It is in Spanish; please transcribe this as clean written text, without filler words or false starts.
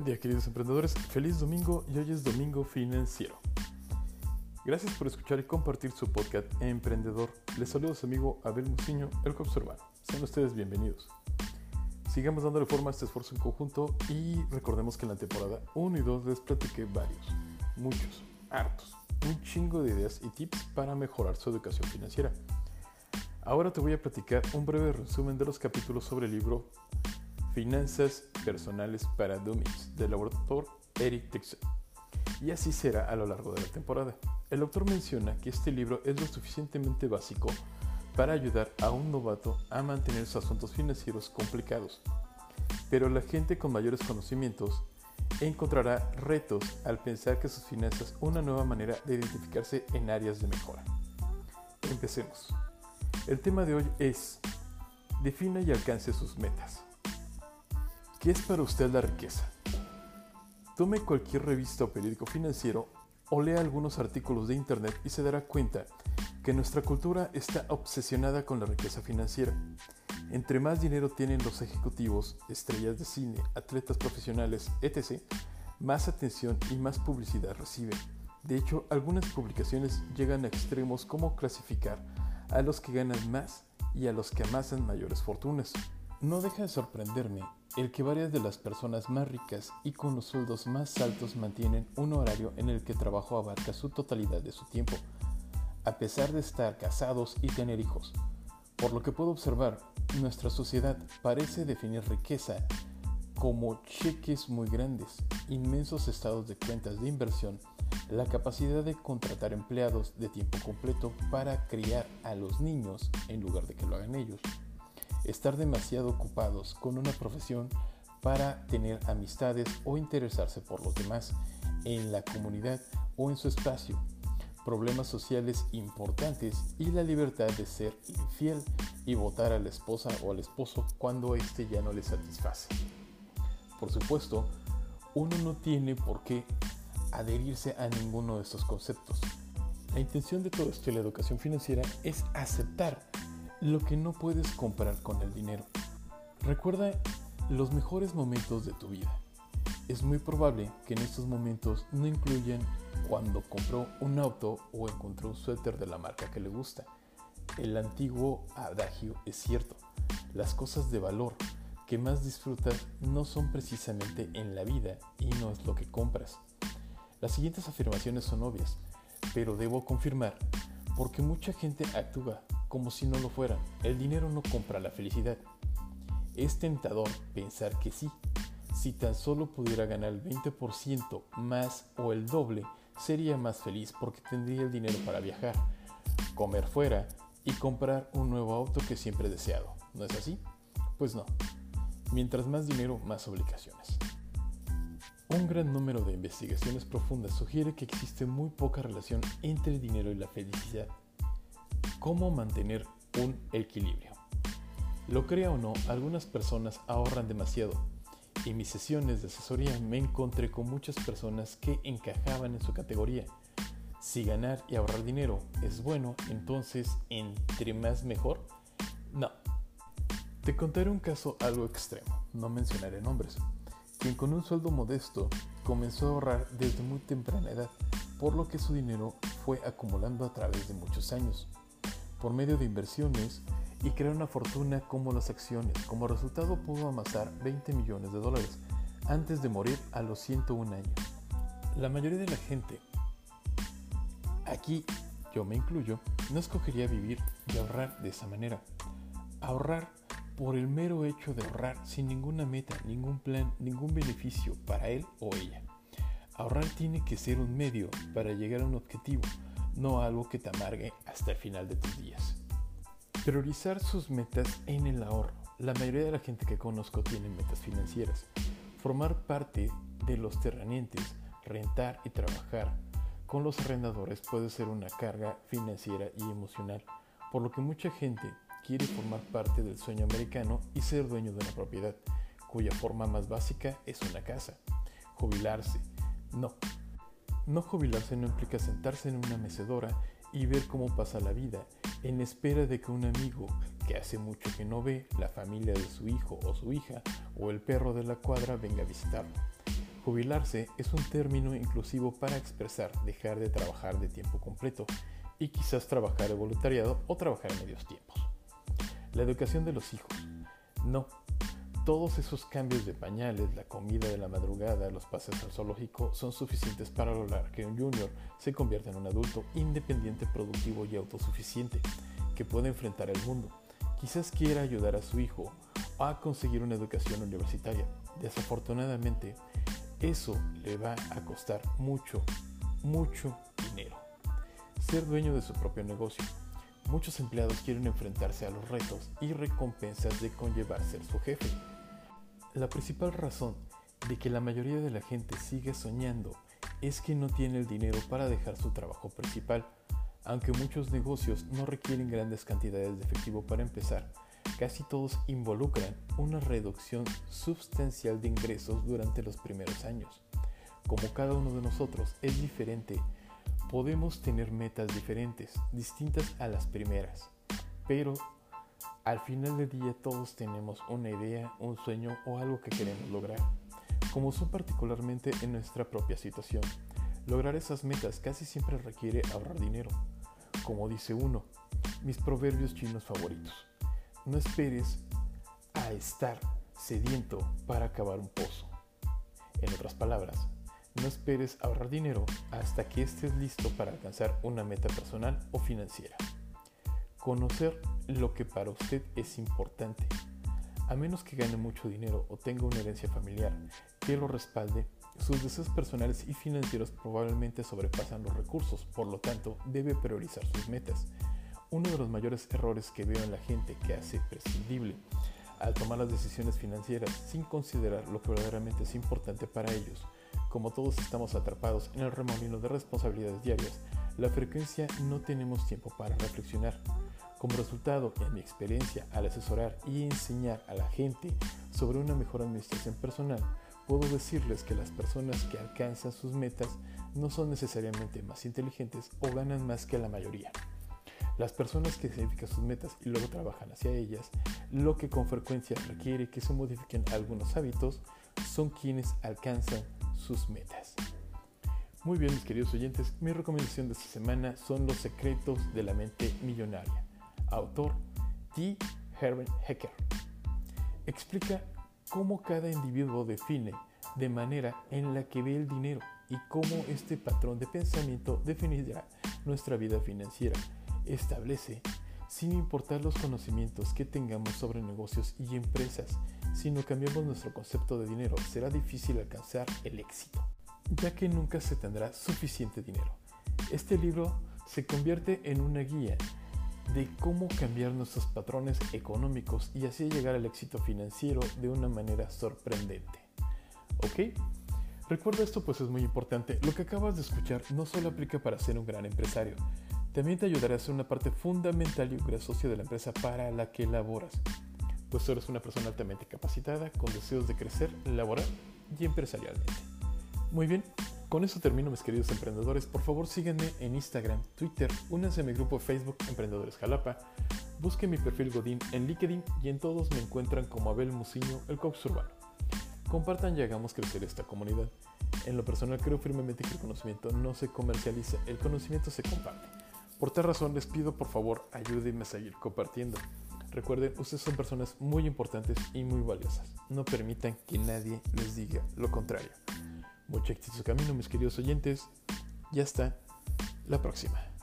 día, queridos emprendedores, feliz domingo y hoy es domingo financiero. Gracias por escuchar y compartir su podcast Emprendedor. Les saluda su amigo Abel Muciño, el Coach Urbano. Sean ustedes bienvenidos. Sigamos dándole forma a este esfuerzo en conjunto y recordemos que en la temporada 1 y 2 les platiqué muchos, hartos, un chingo de ideas y tips para mejorar su educación financiera. Ahora te voy a platicar un breve resumen de los capítulos sobre el libro Finanzas Personales para Dummies del autor Eric Dixon. Y así será a lo largo de la temporada. El autor menciona que este libro es lo suficientemente básico para ayudar a un novato a mantener sus asuntos financieros complicados, pero la gente con mayores conocimientos encontrará retos al pensar que sus finanzas una nueva manera de identificarse en áreas de mejora. Empecemos. El tema de hoy es: defina y alcance sus metas. ¿Qué es para usted la riqueza? Tome cualquier revista o periódico financiero o lea algunos artículos de internet y se dará cuenta que nuestra cultura está obsesionada con la riqueza financiera. Entre más dinero tienen los ejecutivos, estrellas de cine, atletas profesionales, etc., más atención y más publicidad reciben. De hecho, algunas publicaciones llegan a extremos como clasificar a los que ganan más y a los que amasan mayores fortunas. No deja de sorprenderme el que varias de las personas más ricas y con los sueldos más altos mantienen un horario en el que el trabajo abarca su totalidad de su tiempo, a pesar de estar casados y tener hijos. Por lo que puedo observar, nuestra sociedad parece definir riqueza como cheques muy grandes, inmensos estados de cuentas de inversión, la capacidad de contratar empleados de tiempo completo para criar a los niños en lugar de que lo hagan ellos, estar demasiado ocupados con una profesión para tener amistades o interesarse por los demás en la comunidad o en su espacio, problemas sociales importantes y la libertad de ser infiel y votar a la esposa o al esposo cuando éste ya no le satisface. Por supuesto, uno no tiene por qué adherirse a ninguno de estos conceptos. La intención de todo esto y la educación financiera es aceptar lo que no puedes comprar con el dinero. Recuerda los mejores momentos de tu vida. Es muy probable que en estos momentos no incluyan cuando compró un auto o encontró un suéter de la marca que le gusta. El antiguo adagio es cierto: las cosas de valor que más disfrutas no son precisamente en la vida y no es lo que compras. Las siguientes afirmaciones son obvias, pero debo confirmar porque mucha gente actúa como si no lo fueran. El dinero no compra la felicidad. Es tentador pensar que sí. Si tan solo pudiera ganar el 20% más o el doble, sería más feliz porque tendría el dinero para viajar, comer fuera y comprar un nuevo auto que siempre he deseado. ¿No es así? Pues no. Mientras más dinero, más obligaciones. Un gran número de investigaciones profundas sugiere que existe muy poca relación entre el dinero y la felicidad. ¿Cómo mantener un equilibrio? Lo crea o no, algunas personas ahorran demasiado. En mis sesiones de asesoría me encontré con muchas personas que encajaban en su categoría. Si ganar y ahorrar dinero es bueno, entonces entre más mejor. No. Te contaré un caso algo extremo, no mencionaré nombres, quien con un sueldo modesto comenzó a ahorrar desde muy temprana edad, por lo que su dinero fue acumulando a través de muchos años, por medio de inversiones y crear una fortuna como las acciones. Como resultado pudo amasar $20 millones antes de morir a los 101 años. La mayoría de la gente, aquí yo me incluyo, no escogería vivir y ahorrar de esa manera. Ahorrar por el mero hecho de ahorrar, sin ninguna meta, ningún plan, ningún beneficio para él o ella. Ahorrar tiene que ser un medio para llegar a un objetivo, no algo que te amargue hasta el final de tus días. Priorizar sus metas en el ahorro. La mayoría de la gente que conozco tiene metas financieras. Formar parte de los terratenientes, rentar y trabajar con los arrendadores puede ser una carga financiera y emocional, por lo que mucha gente quiere formar parte del sueño americano y ser dueño de una propiedad, cuya forma más básica es una casa. Jubilarse. No jubilarse no implica sentarse en una mecedora y ver cómo pasa la vida, en espera de que un amigo que hace mucho que no ve, la familia de su hijo o su hija o el perro de la cuadra venga a visitarlo. Jubilarse es un término inclusivo para expresar dejar de trabajar de tiempo completo y quizás trabajar de voluntariado o trabajar en medios tiempos. La educación de los hijos. No. Todos esos cambios de pañales, la comida de la madrugada, los paseos al zoológico son suficientes para lograr que un junior se convierta en un adulto independiente, productivo y autosuficiente, que pueda enfrentar el mundo. Quizás quiera ayudar a su hijo a conseguir una educación universitaria. Desafortunadamente, eso le va a costar mucho dinero. Ser dueño de su propio negocio. Muchos empleados quieren enfrentarse a los retos y recompensas de conllevar ser su jefe. La principal razón de que la mayoría de la gente sigue soñando es que no tiene el dinero para dejar su trabajo principal. Aunque muchos negocios no requieren grandes cantidades de efectivo para empezar, casi todos involucran una reducción sustancial de ingresos durante los primeros años. Como cada uno de nosotros es diferente, podemos tener metas diferentes, distintas a las primeras, pero al final del día todos tenemos una idea, un sueño o algo que queremos lograr. Como son particularmente en nuestra propia situación, lograr esas metas casi siempre requiere ahorrar dinero. Como dice uno, mis proverbios chinos favoritos: no esperes a estar sediento para acabar un pozo. En otras palabras, no esperes ahorrar dinero hasta que estés listo para alcanzar una meta personal o financiera. Conocer lo que para usted es importante. A menos que gane mucho dinero o tenga una herencia familiar que lo respalde, sus deseos personales y financieros probablemente sobrepasan los recursos, por lo tanto, debe priorizar sus metas. Uno de los mayores errores que veo en la gente que hace prescindible al tomar las decisiones financieras sin considerar lo que verdaderamente es importante para ellos. Como todos estamos atrapados en el remolino de responsabilidades diarias, la frecuencia no tenemos tiempo para reflexionar. Como resultado, en mi experiencia, al asesorar y enseñar a la gente sobre una mejor administración personal, puedo decirles que las personas que alcanzan sus metas no son necesariamente más inteligentes o ganan más que la mayoría. Las personas que identifican sus metas y luego trabajan hacia ellas, lo que con frecuencia requiere que se modifiquen algunos hábitos, son quienes alcanzan sus metas. Muy bien, mis queridos oyentes, mi recomendación de esta semana son Los secretos de la mente millonaria. Autor T. Harv Eker. Explica cómo cada individuo define de manera en la que ve el dinero y cómo este patrón de pensamiento definirá nuestra vida financiera. Establece, sin importar los conocimientos que tengamos sobre negocios y empresas, si no cambiamos nuestro concepto de dinero, será difícil alcanzar el éxito, ya que nunca se tendrá suficiente dinero. Este libro se convierte en una guía de cómo cambiar nuestros patrones económicos y así llegar al éxito financiero de una manera sorprendente. ¿Ok? Recuerda esto, pues es muy importante. Lo que acabas de escuchar no solo aplica para ser un gran empresario, también te ayudará a ser una parte fundamental y un gran socio de la empresa para la que laboras, pues tú eres una persona altamente capacitada con deseos de crecer laboral y empresarialmente. Muy bien, con eso termino, mis queridos emprendedores. Por favor, síganme en Instagram, Twitter, únanse a mi grupo Facebook Emprendedores Jalapa, busquen mi perfil Godín en LinkedIn y en todos me encuentran como Abel Musiño, el coach urbano. Compartan y hagamos crecer esta comunidad. En lo personal creo firmemente que el conocimiento no se comercializa, el conocimiento se comparte. Por tal razón les pido por favor ayúdenme a seguir compartiendo. Recuerden, ustedes son personas muy importantes y muy valiosas. No permitan que nadie les diga lo contrario. Mucho éxito en su camino, mis queridos oyentes. Y hasta la próxima.